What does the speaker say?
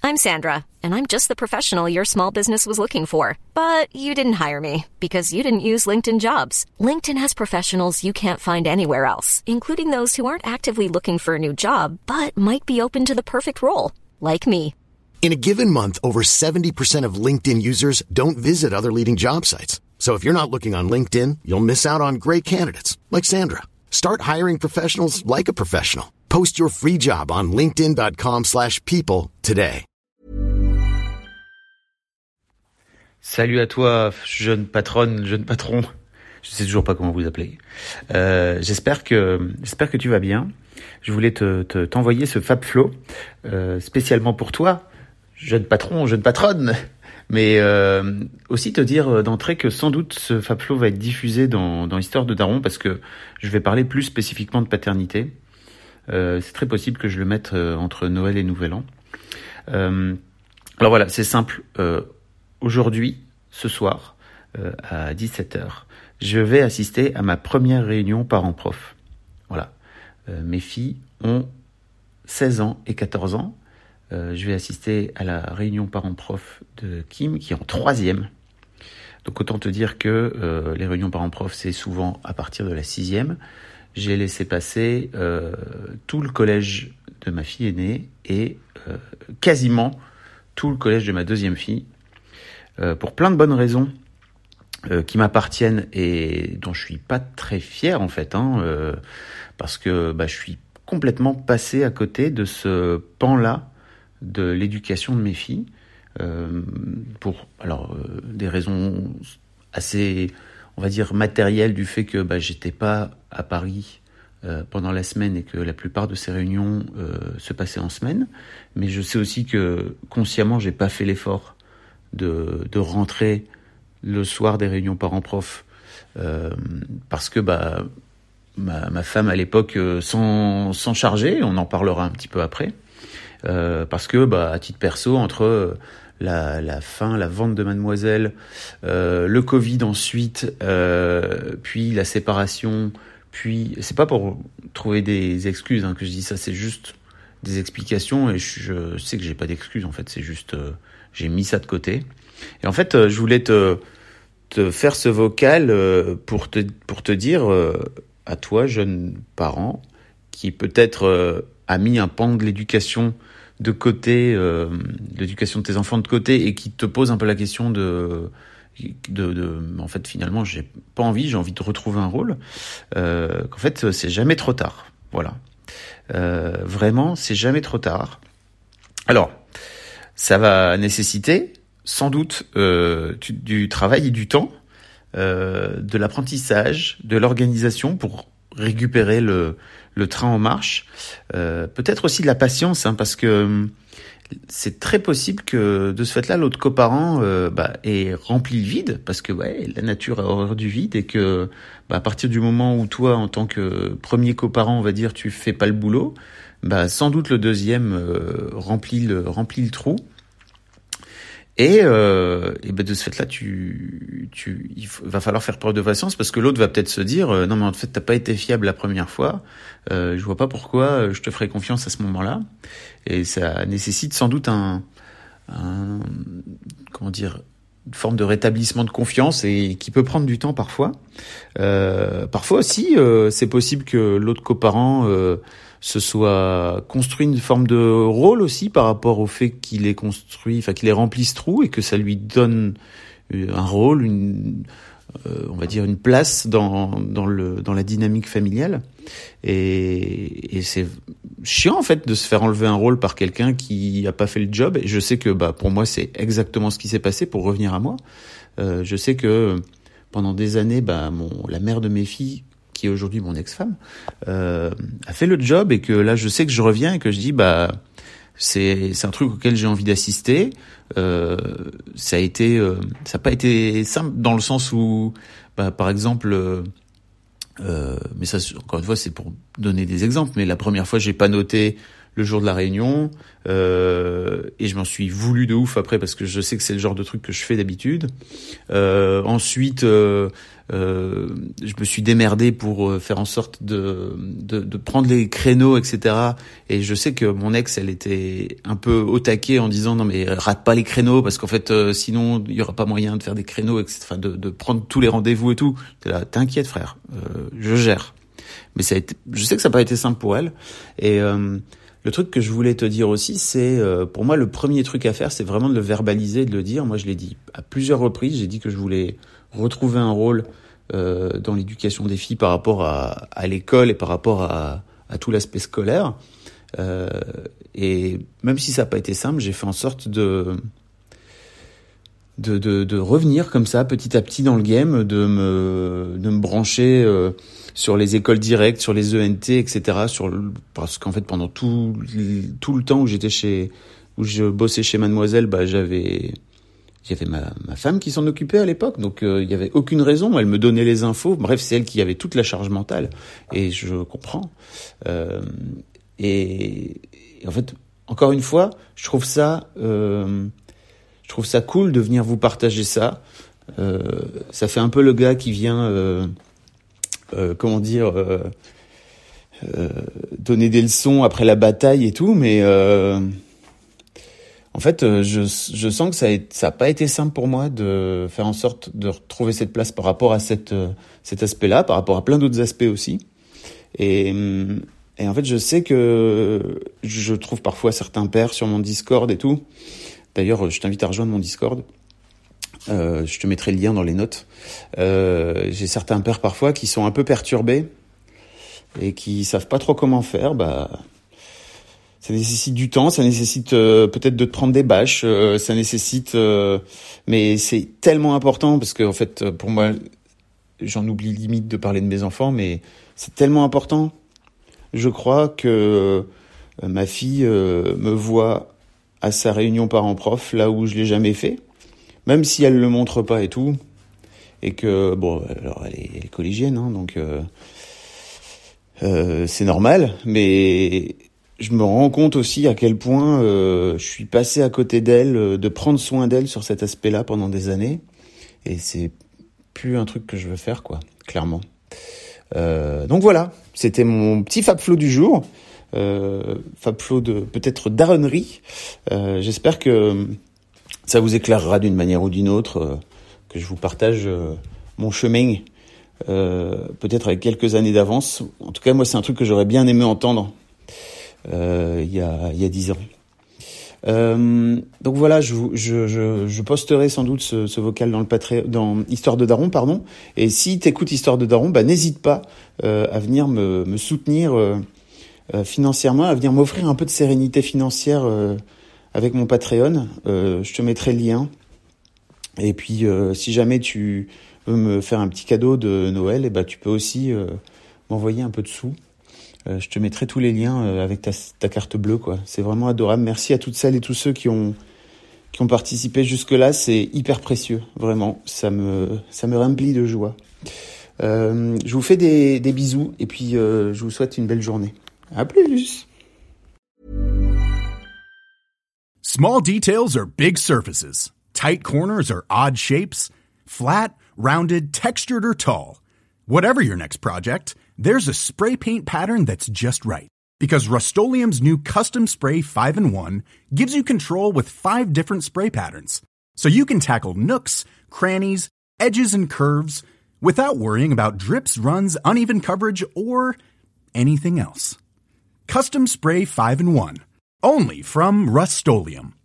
I'm Sandra, and I'm just the professional your small business was looking for. But you didn't hire me because you didn't use LinkedIn Jobs. LinkedIn has professionals you can't find anywhere else, including those who aren't actively looking for a new job, but might be open to the perfect role, like me. In a given month, over 70% of LinkedIn users don't visit other leading job sites. So if you're not looking on LinkedIn, you'll miss out on great candidates like Sandra. Start hiring professionals like a professional. Post your free job on linkedin.com/people today. Salut à toi, jeune patronne, jeune patron. Je sais toujours pas comment vous appeler. J'espère que tu vas bien. Je voulais t'envoyer ce Fab Flow spécialement pour toi, jeune patron, jeune patronne. Mais aussi te dire d'entrée que sans doute ce Fab Flow va être diffusé dans Histoire de Daron parce que je vais parler plus spécifiquement de paternité. C'est très possible que je le mette entre Noël et Nouvel An. Alors voilà, c'est simple. Aujourd'hui, ce soir, à 17h, je vais assister à ma première réunion parents-prof. Voilà. Mes filles ont 16 ans et 14 ans. Je vais assister à la réunion parents-prof de Kim, qui est en 3e. Donc autant te dire que les réunions parents-prof, c'est souvent à partir de la 6e. J'ai laissé passer tout le collège de ma fille aînée et quasiment tout le collège de ma deuxième fille, pour plein de bonnes raisons qui m'appartiennent et dont je suis pas très fier en fait, parce que je suis complètement passé à côté de ce pan-là de l'éducation de mes filles, pour des raisons assez, on va dire, matérielles, du fait que j'étais pas à Paris pendant la semaine et que la plupart de ces réunions se passaient en semaine. Mais je sais aussi que consciemment j'ai pas fait l'effort de rentrer le soir des réunions parents-prof, parce que ma femme à l'époque s'en chargeait. On en parlera un petit peu après, parce que à titre perso, entre la vente de Mademoiselle, le Covid ensuite, puis la séparation, puis c'est pas pour trouver des excuses que je dis ça, c'est juste des explications, et je sais que j'ai pas d'excuses en fait, c'est juste j'ai mis ça de côté. Et en fait, je voulais te faire ce vocal pour te dire à toi, jeune parent, qui peut-être a mis un pan de l'éducation de côté, l'éducation de tes enfants de côté, et qui te pose un peu la question de en fait, finalement, j'ai pas envie, j'ai envie de retrouver un rôle, qu'en fait, c'est jamais trop tard. Voilà. Vraiment, c'est jamais trop tard. Alors, ça va nécessiter sans doute du travail et du temps, de l'apprentissage, de l'organisation pour récupérer le train en marche, peut-être aussi de la patience, parce que c'est très possible que de ce fait-là, l'autre coparent ait rempli le vide, parce que la nature a horreur du vide, et que à partir du moment où toi, en tant que premier coparent, on va dire, tu fais pas le boulot, sans doute le deuxième remplit le trou. Et de ce fait-là, va falloir faire preuve de patience, parce que l'autre va peut-être se dire non, mais en fait t'as pas été fiable la première fois, je vois pas pourquoi je te ferai confiance à ce moment-là. Et ça nécessite sans doute une forme de rétablissement de confiance, et qui peut prendre du temps parfois. Parfois aussi, c'est possible que l'autre coparent se soit construit une forme de rôle aussi par rapport au fait qu'il ait qu'il ait rempli ce trou, et que ça lui donne un rôle, on va dire une place dans la dynamique familiale. Et c'est chiant en fait de se faire enlever un rôle par quelqu'un qui a pas fait le job. Et je sais que pour moi c'est exactement ce qui s'est passé. Pour revenir à moi, je sais que pendant des années, la mère de mes filles, qui est aujourd'hui mon ex-femme, a fait le job, et que là je sais que je reviens et que je dis c'est un truc auquel j'ai envie d'assister. Ça a pas été simple, dans le sens où par exemple, mais ça encore une fois c'est pour donner des exemples, mais la première fois j'ai pas noté le jour de la réunion, et je m'en suis voulu de ouf après parce que je sais que c'est le genre de truc que je fais d'habitude. Ensuite, je me suis démerdé pour faire en sorte de prendre les créneaux, etc. Et je sais que mon ex, elle était un peu au taquet en disant non mais rate pas les créneaux parce qu'en fait sinon il y aura pas moyen de faire des créneaux, etc. Enfin, de prendre tous les rendez-vous et tout. T'es là, t'inquiète frère, je gère. Mais je sais que ça n'a pas été simple pour elle. Et le truc que je voulais te dire aussi, c'est pour moi le premier truc à faire, c'est vraiment de le verbaliser, de le dire. Moi, je l'ai dit à plusieurs reprises. J'ai dit que je voulais retrouver un rôle dans l'éducation des filles par rapport à l'école et par rapport à tout l'aspect scolaire. Et même si ça n'a pas été simple, j'ai fait en sorte de revenir comme ça petit à petit dans le game, de me brancher sur les écoles directes, sur les ENT, etc. Parce qu'en fait pendant tout le temps où je bossais chez Mademoiselle, bah j'avais ma femme qui s'en occupait à l'époque, donc il y avait aucune raison, elle me donnait les infos. Bref, c'est elle qui avait toute la charge mentale et je comprends. Et en fait, encore une fois, je trouve ça cool de venir vous partager ça. Ça fait un peu le gars qui vient, donner des leçons après la bataille et tout, mais en fait, je sens que ça a pas été simple pour moi de faire en sorte de retrouver cette place par rapport à cet aspect-là, par rapport à plein d'autres aspects aussi. Et en fait, je sais que je trouve parfois certains pères sur mon Discord et tout. D'ailleurs, je t'invite à rejoindre mon Discord. Je te mettrai le lien dans les notes. J'ai certains pères parfois qui sont un peu perturbés et qui savent pas trop comment faire. Ça nécessite du temps, ça nécessite peut-être de te prendre des bâches, ça nécessite... mais c'est tellement important parce que en fait, pour moi, j'en oublie limite de parler de mes enfants, mais c'est tellement important. Je crois que ma fille me voit à sa réunion parents-prof, là où je l'ai jamais fait, même si elle le montre pas et tout, et que bon, alors elle est collégienne, hein, donc c'est normal, mais je me rends compte aussi à quel point je suis passé à côté d'elle, de prendre soin d'elle sur cet aspect-là pendant des années, et c'est plus un truc que je veux faire, quoi, clairement. Donc voilà, c'était mon petit FabFlow du jour. FabFlow peut-être d'aronnerie. J'espère que ça vous éclairera d'une manière ou d'une autre, que je vous partage mon chemin, peut-être avec quelques années d'avance. En tout cas, moi, c'est un truc que j'aurais bien aimé entendre il y a 10 ans. Donc voilà, je posterai sans doute ce vocal dans le Patreon, dans Histoire de Daron, pardon. Et si t'écoutes Histoire de Daron, n'hésite pas à venir me soutenir financièrement, à venir m'offrir un peu de sérénité financière avec mon Patreon. Je te mettrai le lien. Et puis, si jamais tu veux me faire un petit cadeau de Noël, tu peux aussi m'envoyer un peu de sous. Je te mettrai tous les liens avec ta carte bleue, quoi. C'est vraiment adorable. Merci à toutes celles et tous ceux qui ont participé jusque-là. C'est hyper précieux, vraiment. Ça me remplit de joie. Je vous fais des bisous et puis je vous souhaite une belle journée. À plus. Small details are big surfaces. Tight corners are odd shapes. Flat, rounded, textured, or tall. Whatever your next project, there's a spray paint pattern that's just right. Because Rust-Oleum's new Custom Spray 5-in-1 gives you control with 5 different spray patterns. So you can tackle nooks, crannies, edges, and curves without worrying about drips, runs, uneven coverage, or anything else. Custom Spray 5-in-1. Only from Rust-Oleum.